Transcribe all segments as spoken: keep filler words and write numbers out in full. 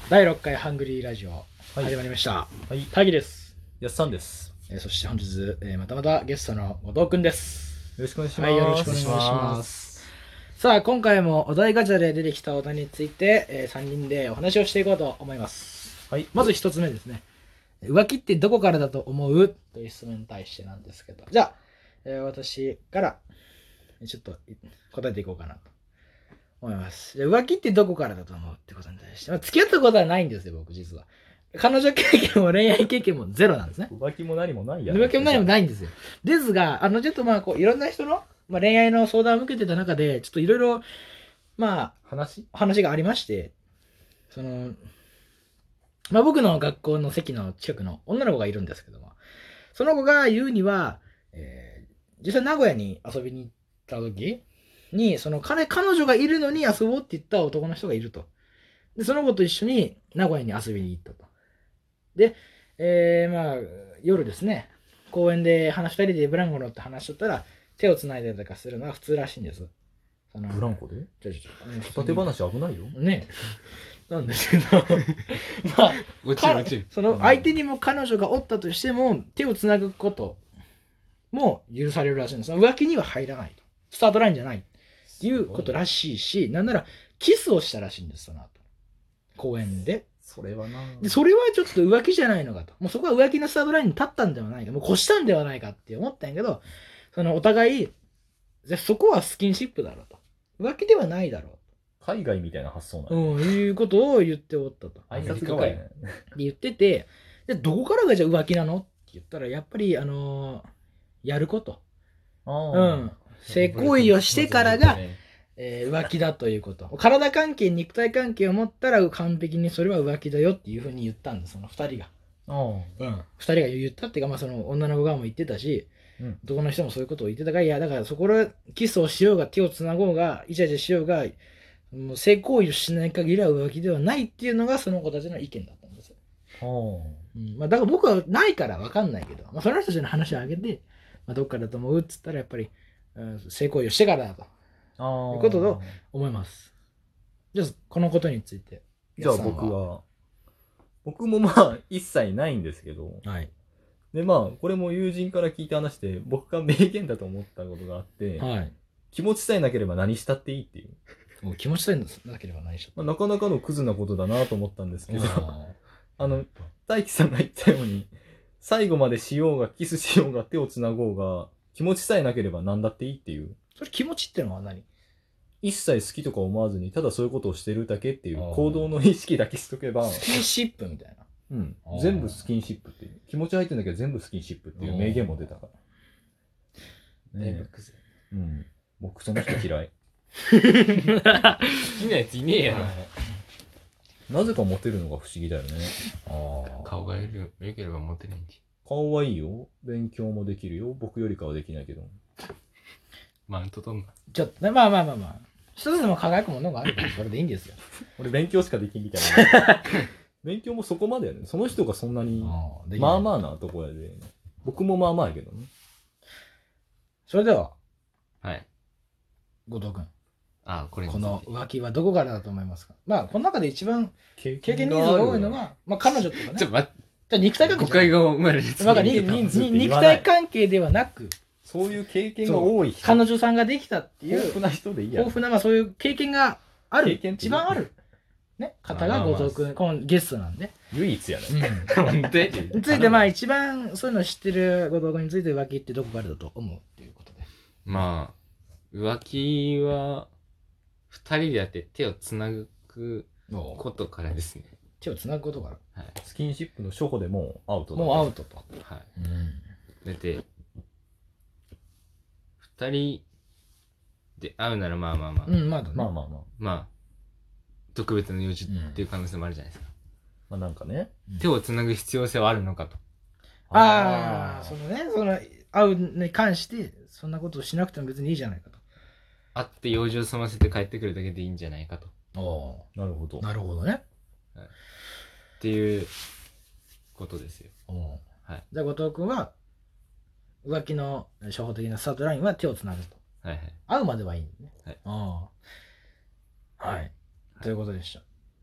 だいろっかいハングリーラジオ、 はい、 始まりました。 はい、 タギです。 やっさんです。 えー、そして本日、えー、またまたゲストの後藤くんです。 よろしくお願いします。 はい、よろしくお願いします。さあ、今回もお題ガチャで出てきたお題について、えー、さんにんでお話をしていこうと思います。はい、まずひとつめですね。浮気ってどこからだと思うという質問に対してなんですけど、じゃあ、えー、私からちょっと答えていこうかなと思います。浮気ってどこからだと思うってことに対して、まあ、付き合ったことはないんですよ、僕実は。彼女経験も恋愛経験もゼロなんですね。 浮気も何もないや浮気も何もないんですよ。ですが、あの、ちょっとまあ、こう、いろんな人の、まあ、恋愛の相談を受けてた中で、ちょっといろいろ、まあ、 話話がありまして、その、まあ、僕の学校の席の近くの女の子がいるんですけども、その子が言うには、えー、実際名古屋に遊びに行った時に、その彼、彼女がいるのに遊ぼうって言った男の人がいると。で、その子と一緒に名古屋に遊びに行ったと。で、えー、まあ、夜ですね、公園で話二人でブランコ乗って話しとったら、手を繋いでたりとかするのが普通らしいんです。 そのブランコでちょちょちょ片手話危ないよ。 ねえ。なんですけど、まあ、落ちる落ちる。その相手にも彼女がおったとしても、手を繋ぐことも許されるらしいんです。浮気には入らないと。スタートラインじゃないっていうことらしいし、なんならキスをしたらしいんです、その後。公園で。 それはなで、それはちょっと浮気じゃないのかと。もうそこは浮気のスタートラインに立ったんではないか。もう越したんではないかって思ったんやけど、そのお互い、そこはスキンシップだろうと。浮気ではないだろう。 海外みたいな発想なの、うん、いうことを言っておったと。 挨拶代わりで言ってて、で、どこからがじゃあ浮気なのって言ったら、やっぱり、あのー、やること。うん。性行為をしてからが、えー、浮気だということ。体関係、肉体関係を持ったら完璧にそれは浮気だよっていうふうに言ったんです、その二人が。うん。二人が言ったっていうか、まあその女の子側も言ってたし、うん、男の人もそういうことを言ってたから、いや、だからそこでキスをしようが、手をつなごうが、イチャイチャしようが、もう性行為をしない限りは浮気ではないっていうのがその子たちの意見だったんですよ。うん、まあだから僕はないから分かんないけど、まあ、その人たちの話を上げて、まあ、どっからだと思うっつったらやっぱり、うん、性行為をしてからだということと思います。じゃあこのことについて。 じゃあ僕は、僕もまあ一切ないんですけど、はい、でまあこれも友人から聞いて話して僕が名言だと思ったことがあって、はい、気持ちさえなければ何したっていいっていう。 もう気持ちさえなければ何したっていい、 まあ、なかなかのクズなことだなと思ったんですけどあの大輝さんが言ったように最後までしようがキスしようが手をつなごうが気持ちさえなければ何だっていいっていう。 それ気持ちってのは何？ 一切好きとか思わずにただそういうことをしてるだけっていう行動の意識だけしとけば。 スキンシップみたいな。 うん。全部スキンシップっていう。気持ち入ってんだけど全部スキンシップっていう名言も出たから。ねえ。うん。僕その人嫌い。 好きなやついねえやろ。 なぜかモテるのが不思議だよね。 あ顔がよければモテないんで。 顔はいいよ。勉強もできるよ。僕よりかはできないけど。 マウント取んな。 ちょっとね、まあまあまあまあ。一つでも輝くものがあるからそれでいいんですよ。 俺勉強しかできんみたいな。勉強もそこまでやね。その人がそんなにまあまあなとこやで。僕もまあまあやけどね。 それでは、 はい。 後藤君。 ああ、これこの浮気はどこからだと思いますか？まあ、この中で一番経験人数が多いのが、まあ、彼女とかね。 ちょっと待って。 じゃ肉体関係。 誤解が生まれる。 まあ、肉体関係ではなく、 そういう経験が多い人。 彼女さんができたっていう。 豊富な人でいいや。 豊富な、まあそういう経験がある。一番ある。ね。方が後藤君、このゲストなんで。 唯一やね。 うん。について、まあ一番そういうの知ってる後藤君について浮気ってどこからだと思うっていうことで。 まあ、浮気は、二人でやって手をつなぐことからですね。 手をつなぐことから。 はい。スキンシップの初歩でもうアウトだ。 もうアウトと。 はい。うん。だって、二人で会うならまあまあまあ。 うん、まあ、ね、 まあまあまあ。 まあ、特別な用事っていう可能性もあるじゃないですか。 うん、まあなんかね。 手をつなぐ必要性はあるのかと。 ああ、そのね、その、会うに関して、そんなことをしなくても別にいいじゃないかと。 会って用事を済ませて帰ってくるだけでいいんじゃないかと。 ああ、 なるほど。 なるほどね。 はい、っていうことですよ。 はい。じゃあ後藤君は、浮気の初歩的なスタートラインは手をつなぐと。 はいはい。 会うまではいいんね。 はい。 ああ。はい。ということでした。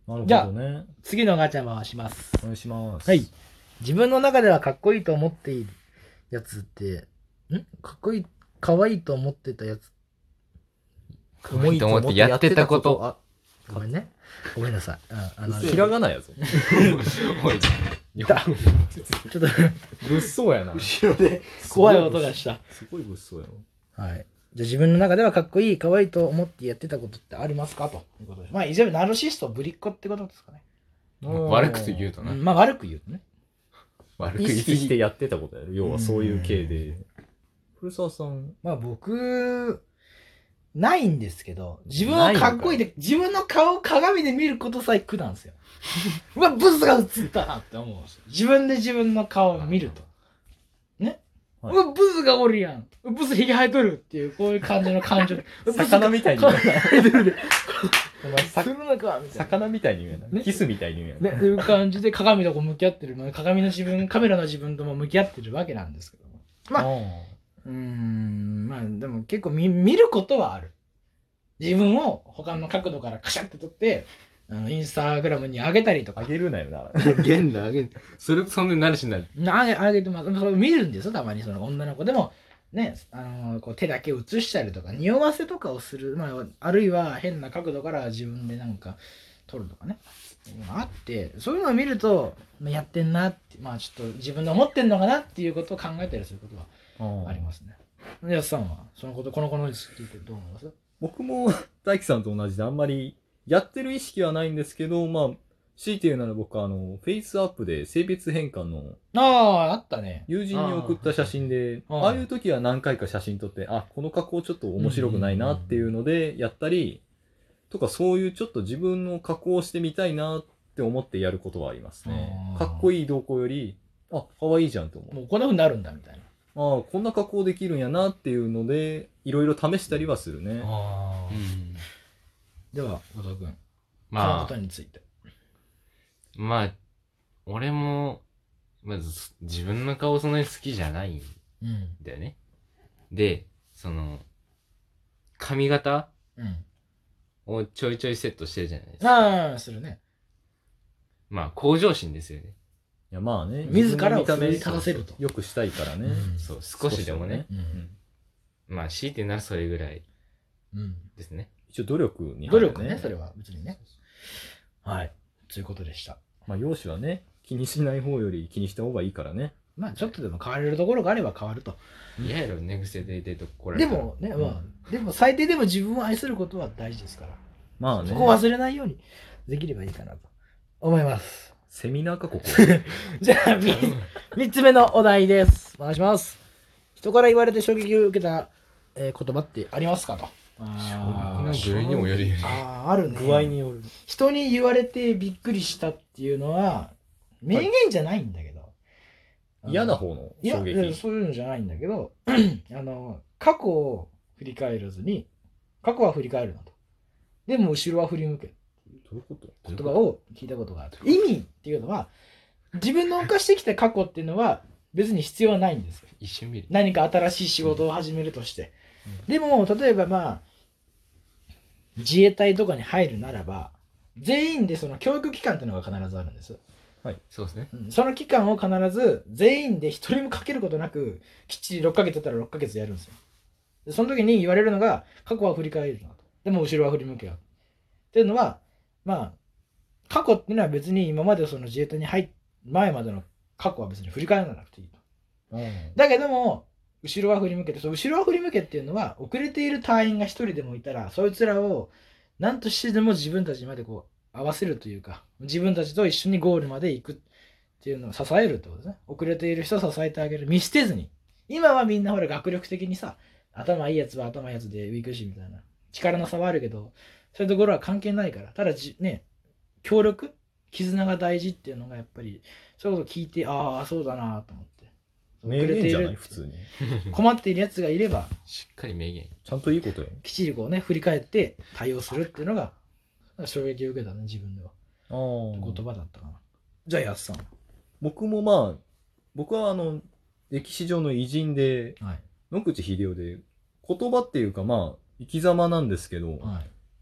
なるほどね。 じゃあ、次のガチャ回します。 お願いします。 はい。自分の中ではかっこいいと思っているやつって、んかっこいい、かわいいと思ってたやつ。 かわいいと思ってやってたこと。 あ、ごめんね。ごめんなさい。 ああの、ひらがなやぞ。 いた。ちょっと、 物騒やな。 後ろで怖い音がした。 すごい物騒やな。はい。じゃあ自分の中ではかっこいい、かわいいと思ってやってたことってありますかということです。まあ、以上、ナルシスト、ぶりっ子ってことですかね。 悪く言うとな。 まあ、悪く言うとね。 悪く言ってやってたことやる。要はそういう系で。古澤さん。 まあ、僕、ないんですけど、自分はかっこいいで、自分の顔を鏡で見ることさえ苦なんですよ。うわ、ブスが映ったなって思うんですよ。自分で自分の顔を見ると。ね、はい、うわ、ブスがおるやん。ブスひげ生えとるっていう、こういう感じの感情で。 魚みたいに見える。 お前、するのかみたいな。 魚みたいに見えない。ね、キスみたいに見えない。 ね、という感じで鏡とこう向き合ってるので、鏡の自分、カメラの自分とも向き合ってるわけなんですけども。まあ、うーん、まあでも結構見、見ることはある。自分を他の角度からカシャって撮って、あのインスタグラムに上げたりとか。 上げるなよな。 上げんな、上げんな。それ、そんなになるしなる。 上げ、上げてます。それ見るんですよ、たまにその女の子でも。ね、あのこう手だけ映したりとか、匂わせとかをする。まあ、あるいは変な角度から自分でなんか撮るとかね。あって、そういうのを見ると、やってんなって、まあちょっと自分で思ってんのかなっていうことを考えたりすることはありますね。やすさんは、そのこと、この子のについてどう思います？ 僕も大樹さんと同じであんまりやってる意識はないんですけど、まあ、強いて言うなら僕はあの、フェイスアップで性別変換の、 ああ、あったね。 友人に送った写真で、ああいう時は何回か写真撮って、あ、この加工ちょっと面白くないなっていうのでやったり、とかそういうちょっと自分の加工をしてみたいなって思ってやることはありますね。かっこいい動向より、あ、可愛いじゃんと思う。 もうこんな風になるんだみたいな。 ああ、こんな加工できるんやなっていうので、いろいろ試したりはするね。ああ、うん、では、後藤君。 まあ、 そのことについて。 まあ、俺も、まず自分の顔そんなに好きじゃないんだよね。うん、で、その、髪型、うん、をちょいちょいセットしてるじゃないですか。 ああ、するね。 まあ、向上心ですよね。 いやまあね、 自らを奮い立たせると。 よくしたいからね。 うん、そう、少しでもね。うん、まあ、強いてならそれぐらいですね。 うん、一応努力に、 ね。努力ね、それは別にね。はい。ということでした。 まあ、容姿はね、気にしない方より気にした方がいいからね。 まあ、ちょっとでも変われるところがあれば変わると。 嫌やろ、寝癖で出てこられたら。でもね、まあ、でも最低でも自分を愛することは大事ですから。 まあね。 そこを忘れないようにできればいいかなと思います。 セミナーか、ここ。 じゃあ、みっつめのお題です。お願いします。人から言われて衝撃を受けた、えー、言葉ってありますかと。 ああ、具合にもよるよね。 ああ、あるね。 具合による。 人に言われてびっくりしたっていうのは、名言じゃないんだけど。 嫌な方の衝撃。 いや、そういうのじゃないんだけど、あの、過去を振り返らずに、過去は振り返るなと。でも後ろは振り向け。 どういうこと？ 言葉を聞いたことがある。意味っていうのは、自分の犯してきた過去っていうのは別に必要はないんですよ。 一瞬見る。 何か新しい仕事を始めるとして。うん、でも、例えばまあ、自衛隊とかに入るならば、全員でその教育機関っていうのが必ずあるんです。 はい、そうですね。 うん、その期間を必ず全員で一人もかけることなく、きっちりろっかげつだったらろっかげつやるんですよ。でその時に言われるのが、過去は振り返るなと。でも後ろは振り向けよ。っていうのは、まあ、過去っていうのは別に今までその自衛隊に入る前までの過去は別に振り返らなくていいと。うん、だけども、後ろは振り向けて、その後ろは振り向けっていうのは、遅れている隊員が一人でもいたら、そいつらを何としてでも自分たちまでこう合わせるというか、自分たちと一緒にゴールまで行くっていうのを支えるってことですね。遅れている人を支えてあげる。見捨てずに。今はみんなほら学力的にさ、頭いいやつは頭いいやつでウィークシーみたいな。力の差はあるけど、そういうところは関係ないから。ただじ、ね、協力絆が大事っていうのがやっぱり、そういうこと聞いて、ああ、そうだなと思って。 名言じゃない普通に。 困っているやつがいれば、 しっかり名言。 ちゃんといいことや。 きっちりこうね、振り返って対応するっていうのが、衝撃を受けたね、自分では。ああ。言葉だったかな。じゃあ、やすさん。 僕もまあ、僕はあの、歴史上の偉人で、はい、野口英世で、言葉っていうかまあ、生き様なんですけど、はい、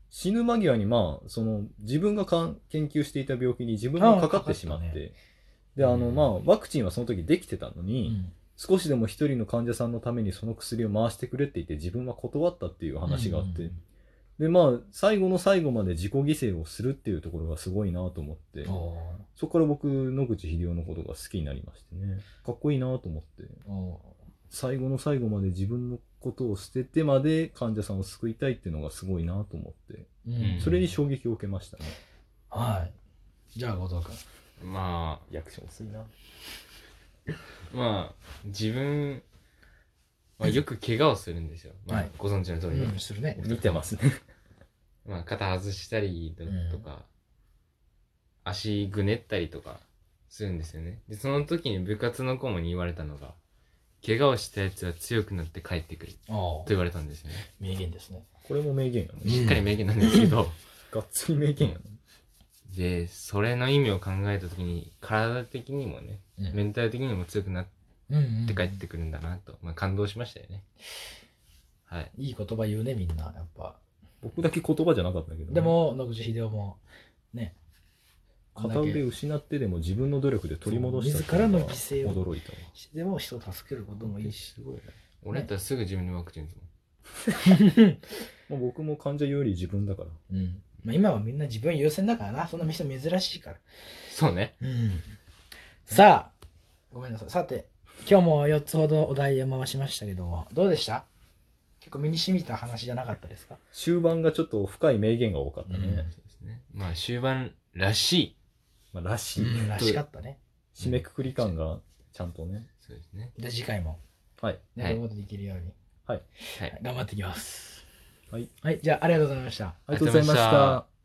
死ぬ間際にまあその自分がかん研究していた病気に自分がかかってしまって、ね、であのまあワクチンはその時できてたのに、うん、少しでも一人の患者さんのためにその薬を回してくれって言って自分は断ったっていう話があって、うん、でまあ最後の最後まで自己犠牲をするっていうところがすごいなと思って、そこから僕野口英世のことが好きになりましてね、かっこいいなと思って、最後の最後まで自分のことを捨ててまで患者さんを救いたいっていうのがすごいなと思って、うん、それに衝撃を受けましたね。 はい。じゃあ後藤君。まあリアクション薄いな。 まあ自分はよく怪我をするんですよ。まあ、はい、ご存知の通り、 うん、するね。 見てますね。 まあ肩外したりとか、うん、足ぐねったりとかするんですよね。でその時に部活の顧問に言われたのが、怪我をしたやつは強くなって帰ってくると言われたんですよね。 名言ですね。 これも名言やね。 しっかり名言なんですけど、 がっつり名言やね。 でそれの意味を考えた時に体的にもね、うん、メンタル的にも強くなって帰ってくるんだなと、まあ、感動しましたよね。はい。 いい言葉言うねみんなやっぱ。 僕だけ言葉じゃなかったけど、ね、 でも野口英世もね、 片腕失ってでも自分の努力で取り戻した自らの犠牲を驚いたわ。 でも人を助けることもいいし、すごいね。 俺だったらすぐ自分のワクチンですもん。 まあ僕も患者より自分だから。 うん。まあ、今はみんな自分優先だからな。そんな人珍しいから。 そうね。 うん。さあ、ごめんなさい。さて、今日もよっつほどお題を回しましたけども、どうでした？結構身に染みた話じゃなかったですか？ 終盤がちょっと深い名言が多かったね。うん、そうですね。まあ終盤らしい。 まあ、らしい、 うん。らしかったね。 締めくくり感がちゃんとね。 そうですね。 で、次回も。 はい。 ね、どうできるように。 はい。 はい。頑張っていきます。 はい。 はい。じゃあ、ありがとうございました。 ありがとうございました。